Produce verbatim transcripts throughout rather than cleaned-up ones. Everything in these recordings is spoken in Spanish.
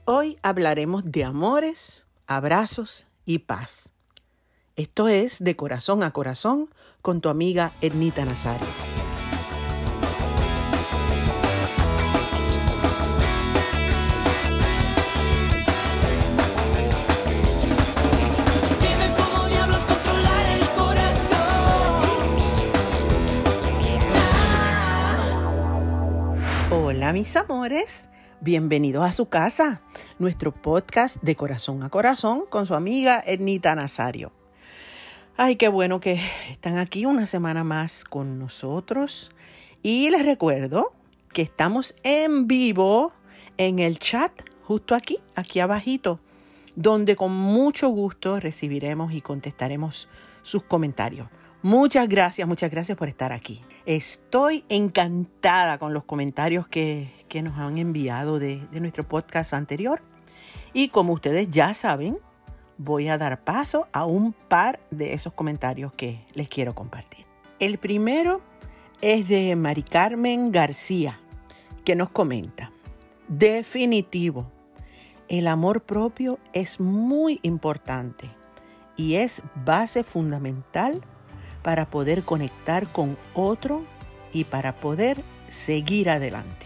Hoy hablaremos de amores, abrazos y paz. Esto es De Corazón a Corazón con tu amiga Ernita Nazario. Hola mis amores, bienvenidos a su casa, nuestro podcast De Corazón a Corazón con su amiga Ernita Nazario. Ay, qué bueno que están aquí una semana más con nosotros y les recuerdo que estamos en vivo en el chat justo aquí, aquí abajito, donde con mucho gusto recibiremos y contestaremos sus comentarios. Muchas gracias, muchas gracias por estar aquí. Estoy encantada con los comentarios que, que nos han enviado de, de nuestro podcast anterior. Y como ustedes ya saben, voy a dar paso a un par de esos comentarios que les quiero compartir. El primero es de Mari Carmen García, que nos comenta: definitivo, el amor propio es muy importante y es base fundamental para poder conectar con otro y para poder seguir adelante.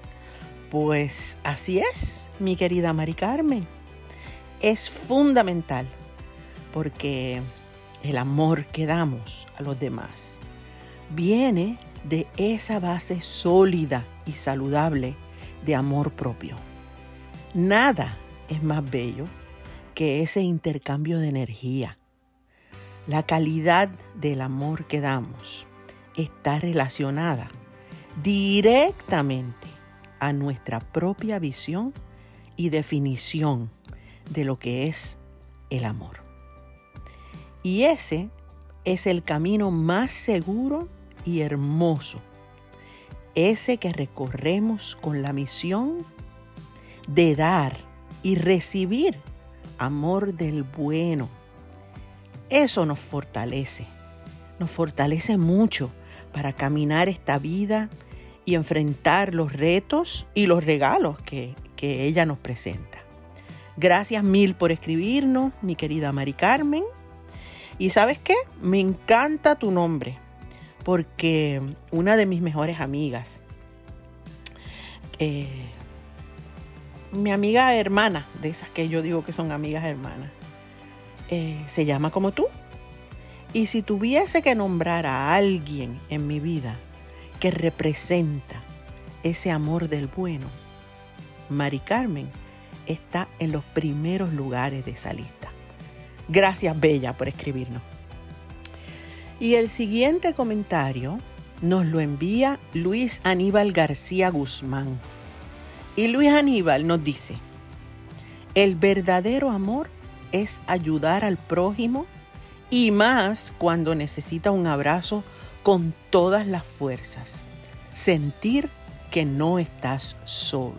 Pues así es, mi querida Mari Carmen. Es fundamental porque el amor que damos a los demás viene de esa base sólida y saludable de amor propio. Nada es más bello que ese intercambio de energía. La calidad del amor que damos está relacionada directamente a nuestra propia visión y definición de lo que es el amor. Y ese es el camino más seguro y hermoso, ese que recorremos con la misión de dar y recibir amor del bueno. Eso nos fortalece, nos fortalece mucho para caminar esta vida y enfrentar los retos y los regalos que, que ella nos presenta. Gracias mil por escribirnos, mi querida Mari Carmen. Y ¿sabes qué? Me encanta tu nombre, porque una de mis mejores amigas, eh, mi amiga hermana, de esas que yo digo que son amigas hermanas, Eh, se llama como tú. Y si tuviese que nombrar a alguien en mi vida que representa ese amor del bueno, Mari Carmen está en los primeros lugares de esa lista. Gracias, Bella, por escribirnos. Y el siguiente comentario nos lo envía Luis Aníbal García Guzmán. Y Luis Aníbal nos dice: el verdadero amor es ayudar al prójimo y más cuando necesita un abrazo con todas las fuerzas. Sentir que no estás solo.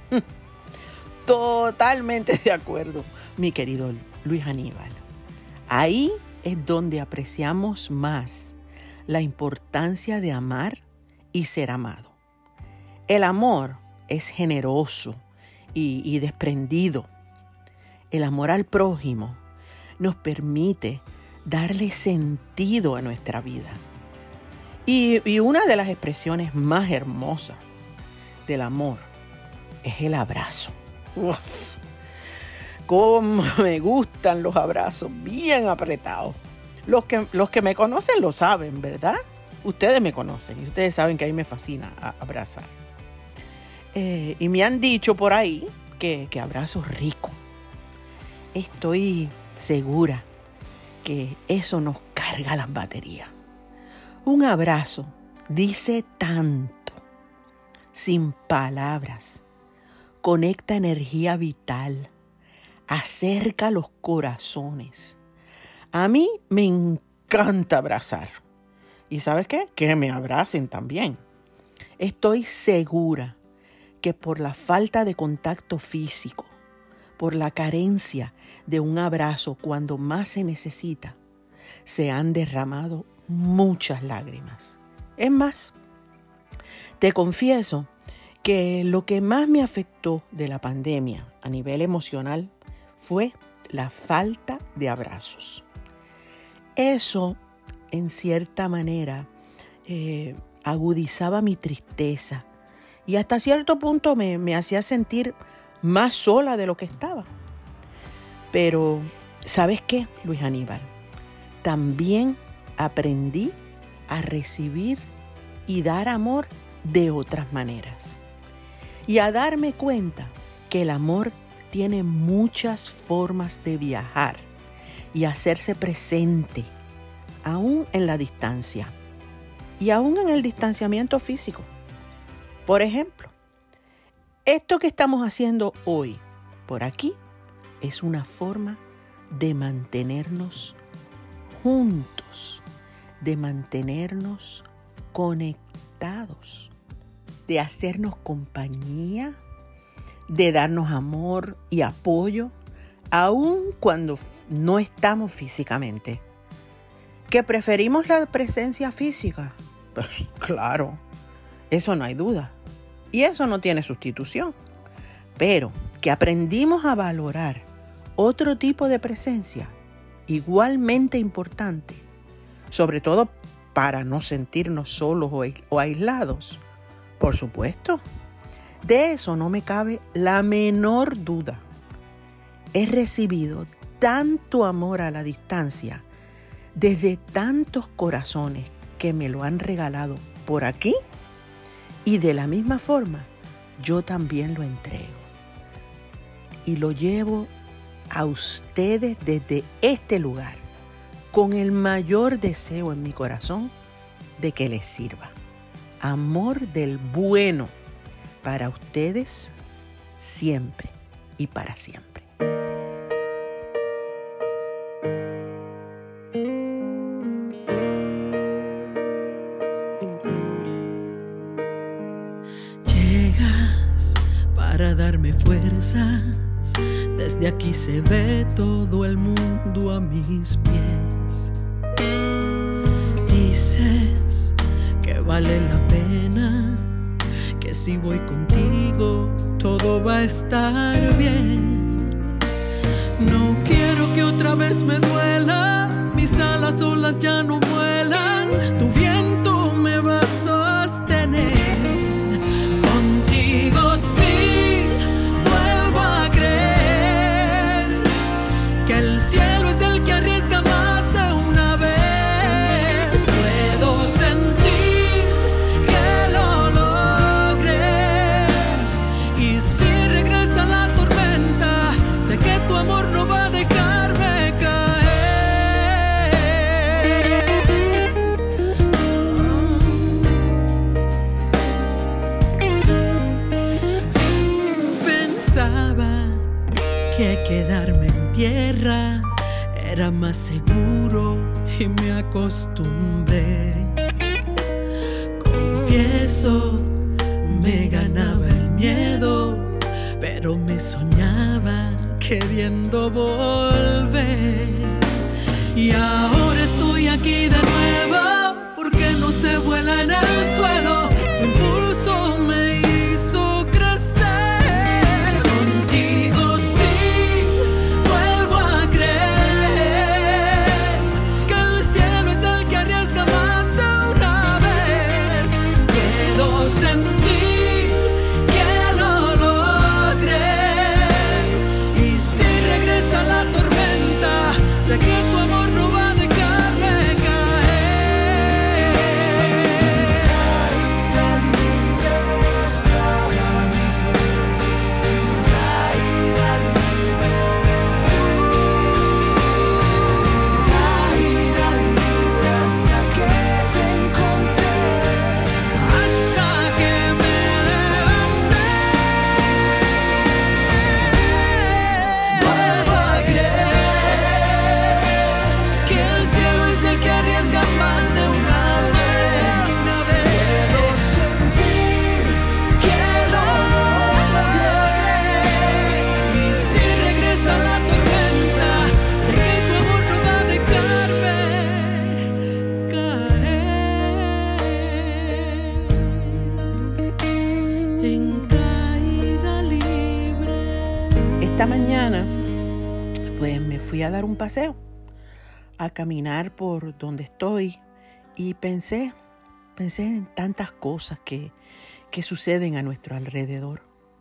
Totalmente de acuerdo, mi querido Luis Aníbal. Ahí es donde apreciamos más la importancia de amar y ser amado. El amor es generoso y, y desprendido. El amor al prójimo nos permite darle sentido a nuestra vida. Y, y una de las expresiones más hermosas del amor es el abrazo. Uf, cómo me gustan los abrazos bien apretados. Los que, los que me conocen lo saben, ¿verdad? Ustedes me conocen y ustedes saben que a mí me fascina abrazar. Eh, y me han dicho por ahí que, que abrazo rico. Estoy segura que eso nos carga las baterías. Un abrazo dice tanto, sin palabras, conecta energía vital, acerca los corazones. A mí me encanta abrazar. ¿Y sabes qué? Que me abracen también. Estoy segura que por la falta de contacto físico, por la carencia de un abrazo cuando más se necesita, se han derramado muchas lágrimas. Es más, te confieso que lo que más me afectó de la pandemia a nivel emocional fue la falta de abrazos. Eso, en cierta manera, eh, agudizaba mi tristeza y hasta cierto punto me, me hacía sentir más sola de lo que estaba. Pero, ¿sabes qué, Luis Aníbal? También aprendí a recibir y dar amor de otras maneras. Y a darme cuenta que el amor tiene muchas formas de viajar y hacerse presente, aún en la distancia y aún en el distanciamiento físico. Por ejemplo, esto que estamos haciendo hoy por aquí es una forma de mantenernos juntos, de mantenernos conectados, de hacernos compañía, de darnos amor y apoyo, aun cuando no estamos físicamente. ¿Que preferimos la presencia física? Pues claro, eso no hay duda. Y eso no tiene sustitución. Pero que aprendimos a valorar otro tipo de presencia igualmente importante, sobre todo para no sentirnos solos o aislados. Por supuesto, de eso no me cabe la menor duda. He recibido tanto amor a la distancia desde tantos corazones que me lo han regalado por aquí y de la misma forma yo también lo entrego. Y lo llevo a ustedes desde este lugar con el mayor deseo en mi corazón de que les sirva. Amor del bueno para ustedes siempre y para siempre. Llegas para darme fuerzas. Desde aquí se ve todo el mundo a mis pies. Dices que vale la pena, que si voy contigo todo va a estar bien. No quiero que otra vez me duela, mis alas solas ya no vuelan, tu viento me va a sostener. Contigo sí vuelvo a creer que el cielo es del que arriesga más de una vez. Puedo sentir que lo logré, y si regresa la tormenta, sé que tu amor no va a dejarme caer. Pensaba que quedarme en tierra era más seguro y me acostumbré. Confieso, me ganaba el miedo, pero me soñaba queriendo volver. Y ahora estoy aquí de nuevo, porque no se vuela en el suelo. Tu impulso me hizo crecer. Contigo sí vuelvo a creer que el cielo es del que arriesga más de una vez. Puedo sentir que lo logré, y si regresa la tormenta, sé que tu amor no va a dejarme caer. mañana, pues me fui a dar un paseo, a caminar por donde estoy y pensé, pensé en tantas cosas que, que suceden a nuestro alrededor.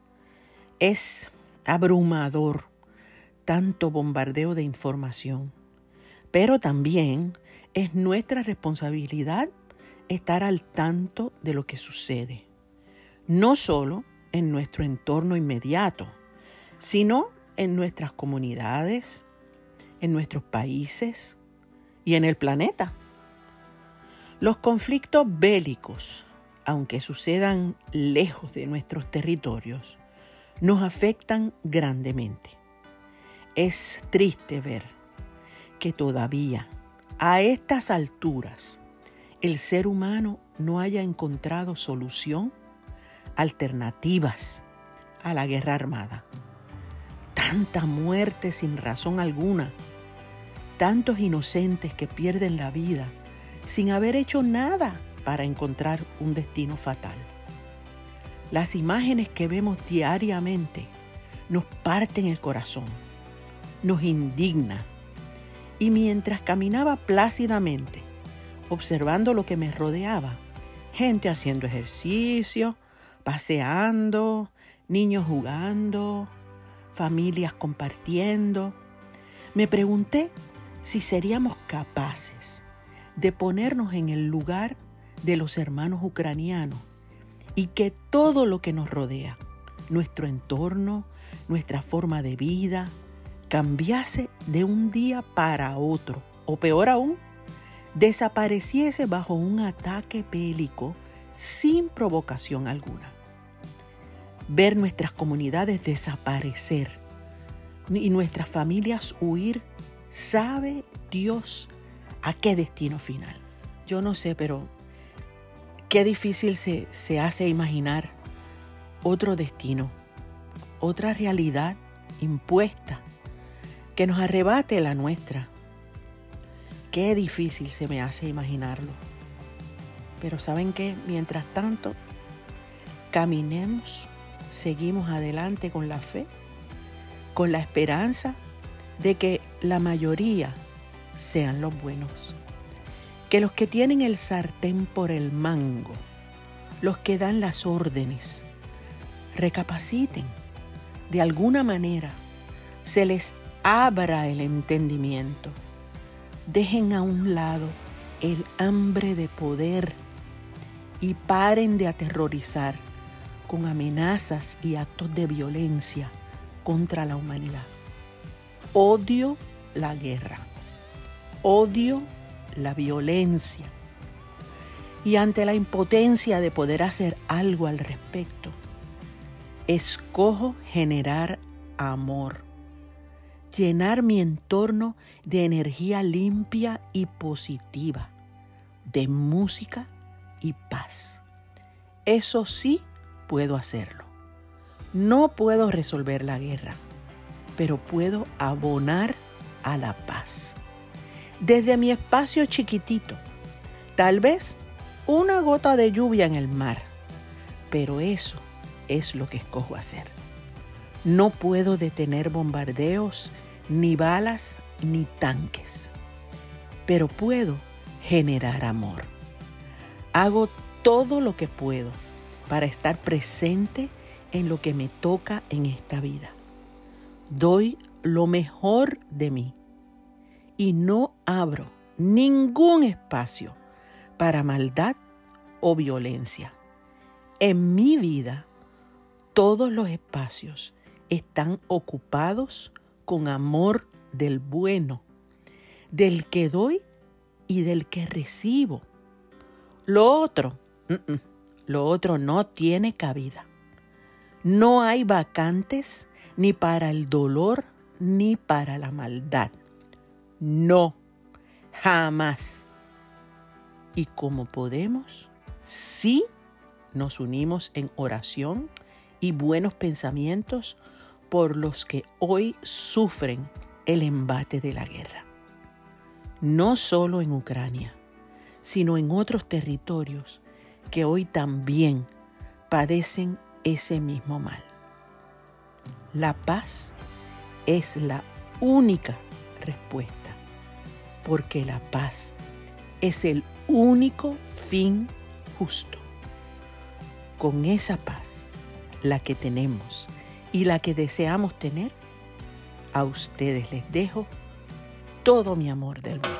Es abrumador tanto bombardeo de información, pero también es nuestra responsabilidad estar al tanto de lo que sucede, no solo en nuestro entorno inmediato, sino en nuestras comunidades, en nuestros países y en el planeta. Los conflictos bélicos, aunque sucedan lejos de nuestros territorios, nos afectan grandemente. Es triste ver que todavía, a estas alturas, el ser humano no haya encontrado solución, alternativas a la guerra armada. Tanta muerte sin razón alguna, tantos inocentes que pierden la vida sin haber hecho nada para encontrar un destino fatal. Las imágenes que vemos diariamente nos parten el corazón, nos indigna. Y mientras caminaba plácidamente, observando lo que me rodeaba, gente haciendo ejercicio, paseando, niños jugando, familias compartiendo, me pregunté si seríamos capaces de ponernos en el lugar de los hermanos ucranianos y que todo lo que nos rodea, nuestro entorno, nuestra forma de vida, cambiase de un día para otro, o peor aún, desapareciese bajo un ataque bélico sin provocación alguna. Ver nuestras comunidades desaparecer y nuestras familias huir, sabe Dios a qué destino final. Yo no sé, pero qué difícil se, se hace imaginar otro destino, otra realidad impuesta que nos arrebate la nuestra. Qué difícil se me hace imaginarlo. Pero ¿saben qué? Mientras tanto, caminemos, seguimos adelante con la fe, con la esperanza de que la mayoría sean los buenos. Que los que tienen el sartén por el mango, los que dan las órdenes, recapaciten. De alguna manera se les abra el entendimiento. Dejen a un lado el hambre de poder y paren de aterrorizar con amenazas y actos de violencia contra la humanidad. Odio la guerra. Odio la violencia. Y ante la impotencia de poder hacer algo al respecto, escojo generar amor. Llenar mi entorno de energía limpia y positiva, de música y paz. Eso sí puedo hacerlo. No puedo resolver la guerra, pero puedo abonar a la paz. Desde mi espacio chiquitito, tal vez una gota de lluvia en el mar, pero eso es lo que escojo hacer. No puedo detener bombardeos, ni balas, ni tanques, pero puedo generar amor. Hago todo lo que puedo para estar presente en lo que me toca en esta vida. Doy lo mejor de mí y no abro ningún espacio para maldad o violencia. En mi vida, todos los espacios están ocupados con amor del bueno, del que doy y del que recibo. Lo otro, uh-uh, lo otro no tiene cabida. No hay vacantes ni para el dolor ni para la maldad. No, jamás. Y como podemos, sí nos unimos en oración y buenos pensamientos por los que hoy sufren el embate de la guerra. No solo en Ucrania, sino en otros territorios que hoy también padecen ese mismo mal. La paz es la única respuesta, porque la paz es el único fin justo. Con esa paz, la que tenemos y la que deseamos tener, a ustedes les dejo todo mi amor del mundo.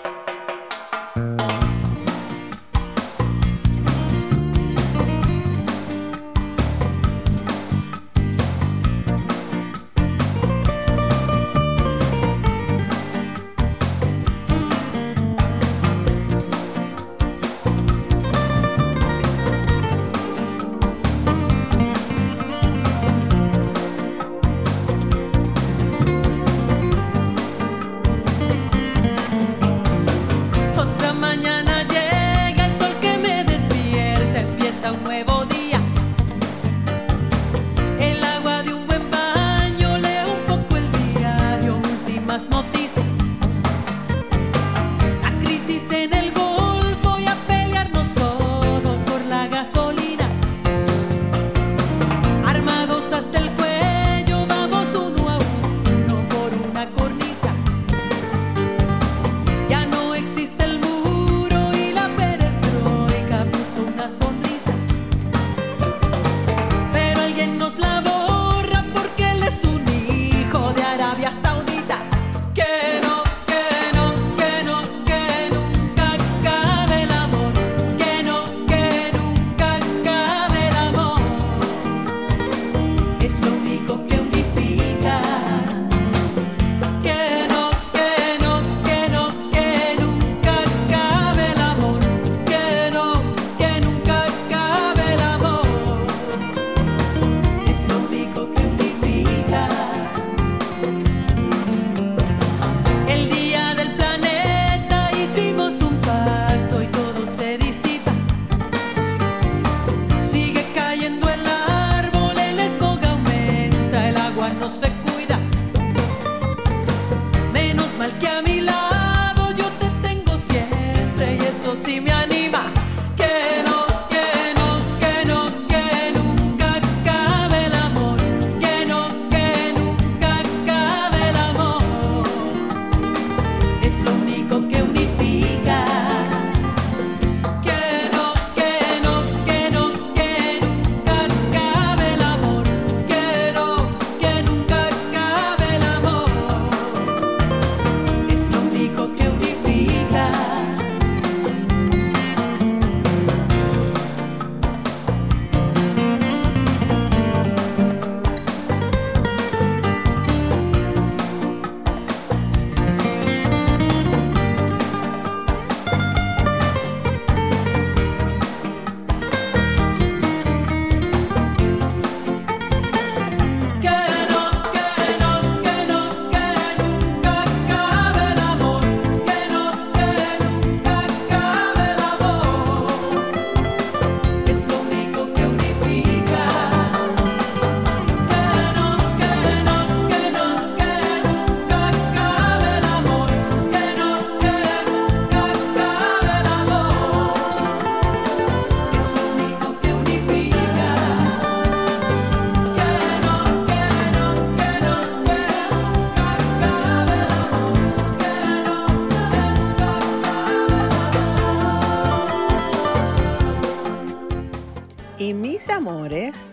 Y mis amores,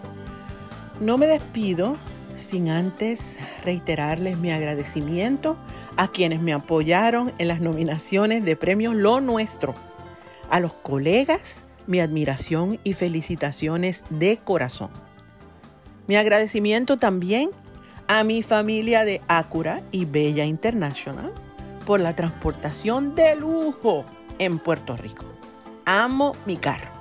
no me despido sin antes reiterarles mi agradecimiento a quienes me apoyaron en las nominaciones de premios Lo Nuestro. A los colegas, mi admiración y felicitaciones de corazón. Mi agradecimiento también a mi familia de Acura y Bella International por la transportación de lujo en Puerto Rico. Amo mi carro.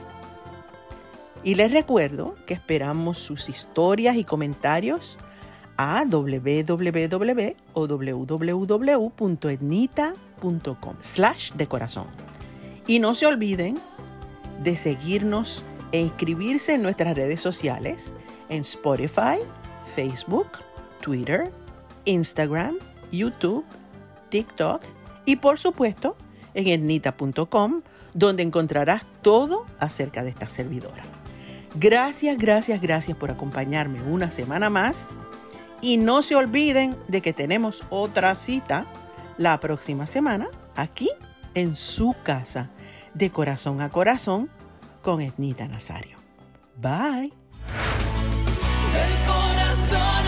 Y les recuerdo que esperamos sus historias y comentarios a w w w o w w w punto etnita punto com slash de corazón. Y no se olviden de seguirnos e inscribirse en nuestras redes sociales en Spotify, Facebook, Twitter, Instagram, YouTube, TikTok y por supuesto en etnita punto com, donde encontrarás todo acerca de esta servidora. Gracias, gracias, gracias por acompañarme una semana más Y no se olviden de que tenemos otra cita la próxima semana aquí en su casa, de corazón a corazón, con Ednita Nazario. Bye. El corazón